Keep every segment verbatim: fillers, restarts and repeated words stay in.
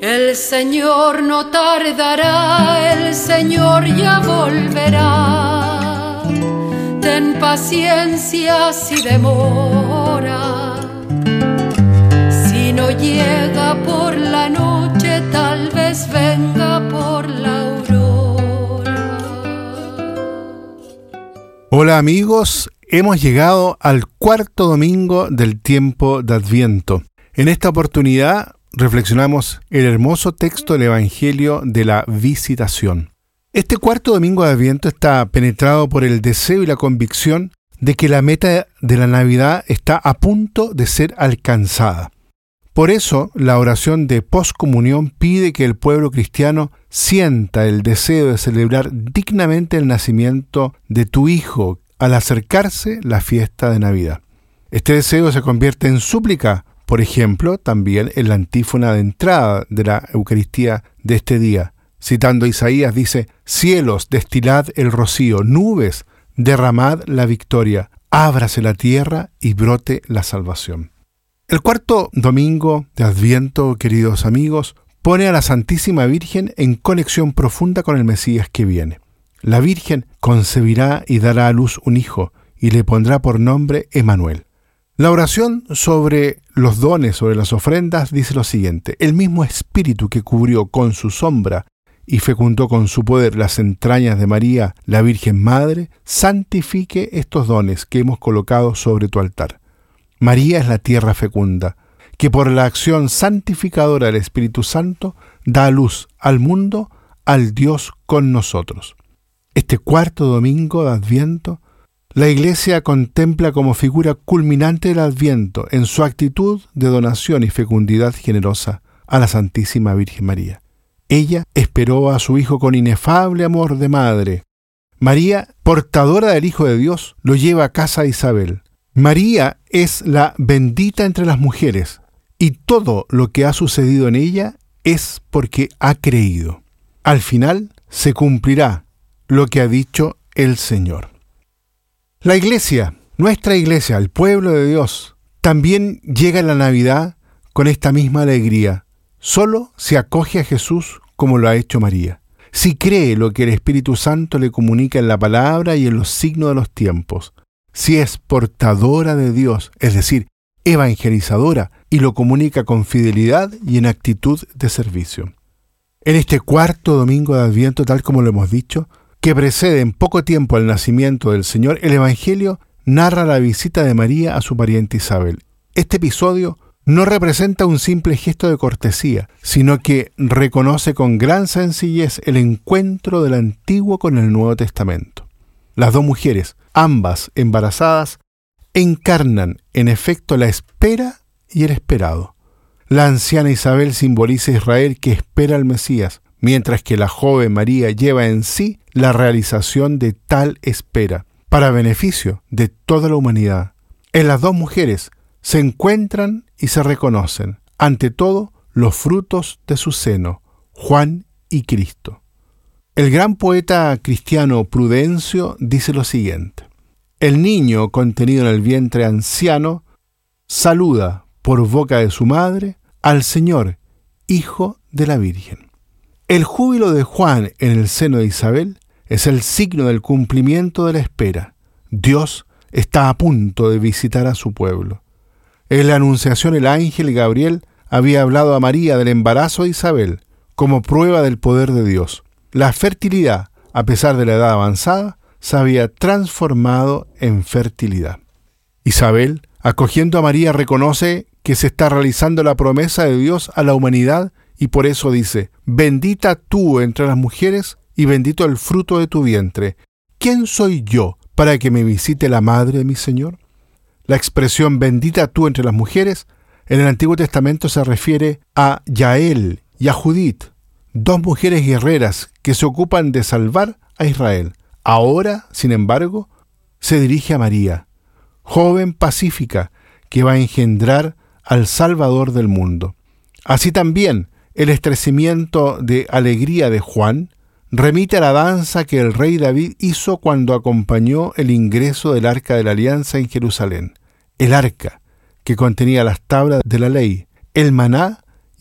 El Señor no tardará, el Señor ya volverá. Ten paciencia si demora. Si no llega por la noche, tal vez venga por la aurora. Hola amigos, hemos llegado al cuarto domingo del tiempo de Adviento. En esta oportunidad reflexionamos el hermoso texto del Evangelio de la Visitación. Este cuarto domingo de Adviento está penetrado por el deseo y la convicción de que la meta de la Navidad está a punto de ser alcanzada. Por eso, la oración de poscomunión pide que el pueblo cristiano sienta el deseo de celebrar dignamente el nacimiento de tu Hijo al acercarse la fiesta de Navidad. Este deseo se convierte en súplica, por ejemplo, también en la antífona de entrada de la Eucaristía de este día. Citando a Isaías, dice: «Cielos, destilad el rocío, nubes, derramad la victoria, ábrase la tierra y brote la salvación». El cuarto domingo de Adviento, queridos amigos, pone a la Santísima Virgen en conexión profunda con el Mesías que viene. La Virgen concebirá y dará a luz un hijo, y le pondrá por nombre Emmanuel. La oración sobre los dones, sobre las ofrendas, dice lo siguiente: «El mismo Espíritu que cubrió con su sombra y fecundó con su poder las entrañas de María, la Virgen Madre, santifique estos dones que hemos colocado sobre tu altar». María es la tierra fecunda, que por la acción santificadora del Espíritu Santo da a luz al mundo, al Dios con nosotros. Este cuarto domingo de Adviento, la Iglesia contempla como figura culminante del Adviento en su actitud de donación y fecundidad generosa a la Santísima Virgen María. Ella esperó a su Hijo con inefable amor de madre. María, portadora del Hijo de Dios, lo lleva a casa de Isabel. María es la bendita entre las mujeres, y todo lo que ha sucedido en ella es porque ha creído. Al final se cumplirá lo que ha dicho el Señor. La Iglesia, nuestra Iglesia, el pueblo de Dios, también llega a la Navidad con esta misma alegría. Solo se acoge a Jesús como lo ha hecho María. Si cree lo que el Espíritu Santo le comunica en la palabra y en los signos de los tiempos. Si es portadora de Dios, es decir, evangelizadora, y lo comunica con fidelidad y en actitud de servicio. En este cuarto domingo de Adviento, tal como lo hemos dicho, que precede en poco tiempo al nacimiento del Señor, el Evangelio narra la visita de María a su pariente Isabel. Este episodio no representa un simple gesto de cortesía, sino que reconoce con gran sencillez el encuentro del Antiguo con el Nuevo Testamento. Las dos mujeres, ambas embarazadas, encarnan en efecto la espera y el esperado. La anciana Isabel simboliza a Israel que espera al Mesías, mientras que la joven María lleva en sí la realización de tal espera, para beneficio de toda la humanidad. En las dos mujeres se encuentran y se reconocen, ante todo, los frutos de su seno, Juan y Cristo. El gran poeta cristiano Prudencio dice lo siguiente: «El niño contenido en el vientre anciano saluda por boca de su madre al Señor, Hijo de la Virgen». El júbilo de Juan en el seno de Isabel es el signo del cumplimiento de la espera. Dios está a punto de visitar a su pueblo. En la Anunciación, el ángel Gabriel había hablado a María del embarazo de Isabel como prueba del poder de Dios. La fertilidad, a pesar de la edad avanzada, se había transformado en fertilidad. Isabel, acogiendo a María, reconoce que se está realizando la promesa de Dios a la humanidad y por eso dice: «Bendita tú entre las mujeres y bendito el fruto de tu vientre. ¿Quién soy yo para que me visite la madre de mi Señor?». La expresión «bendita tú entre las mujeres» en el Antiguo Testamento se refiere a Yael y a Judith, dos mujeres guerreras que se ocupan de salvar a Israel. Ahora, sin embargo, se dirige a María, joven pacífica que va a engendrar al Salvador del mundo. Así también, el estremecimiento de alegría de Juan remite a la danza que el rey David hizo cuando acompañó el ingreso del Arca de la Alianza en Jerusalén. El arca, que contenía las tablas de la ley, el maná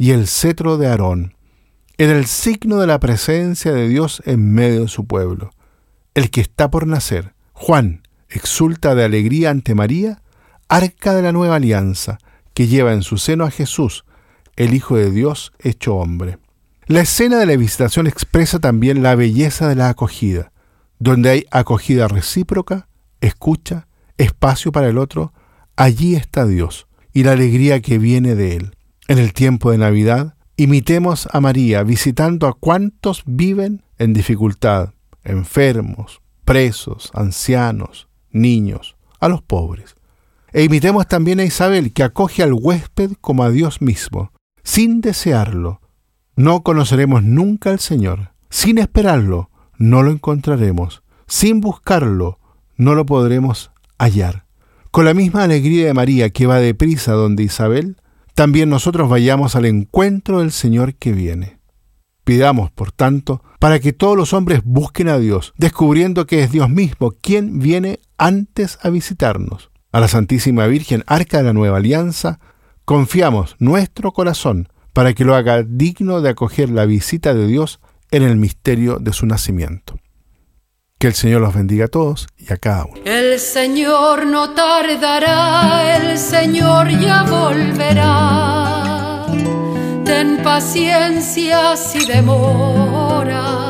y el cetro de Aarón. Era el signo de la presencia de Dios en medio de su pueblo. El que está por nacer, Juan, exulta de alegría ante María, arca de la nueva alianza, que lleva en su seno a Jesús, el Hijo de Dios hecho hombre. La escena de la visitación expresa también la belleza de la acogida, donde hay acogida recíproca, escucha, espacio para el otro. Allí está Dios y la alegría que viene de Él. En el tiempo de Navidad, imitemos a María visitando a cuantos viven en dificultad, enfermos, presos, ancianos, niños, a los pobres. E imitemos también a Isabel, que acoge al huésped como a Dios mismo, sin desearlo. No conoceremos nunca al Señor. Sin esperarlo, no lo encontraremos. Sin buscarlo, no lo podremos hallar. Con la misma alegría de María, que va deprisa donde Isabel, también nosotros vayamos al encuentro del Señor que viene. Pidamos, por tanto, para que todos los hombres busquen a Dios, descubriendo que es Dios mismo quien viene antes a visitarnos. A la Santísima Virgen, arca de la nueva alianza, confiamos nuestro corazón para que lo haga digno de acoger la visita de Dios en el misterio de su nacimiento. Que el Señor los bendiga a todos y a cada uno. El Señor no tardará, el Señor ya volverá. Ten paciencia si demora.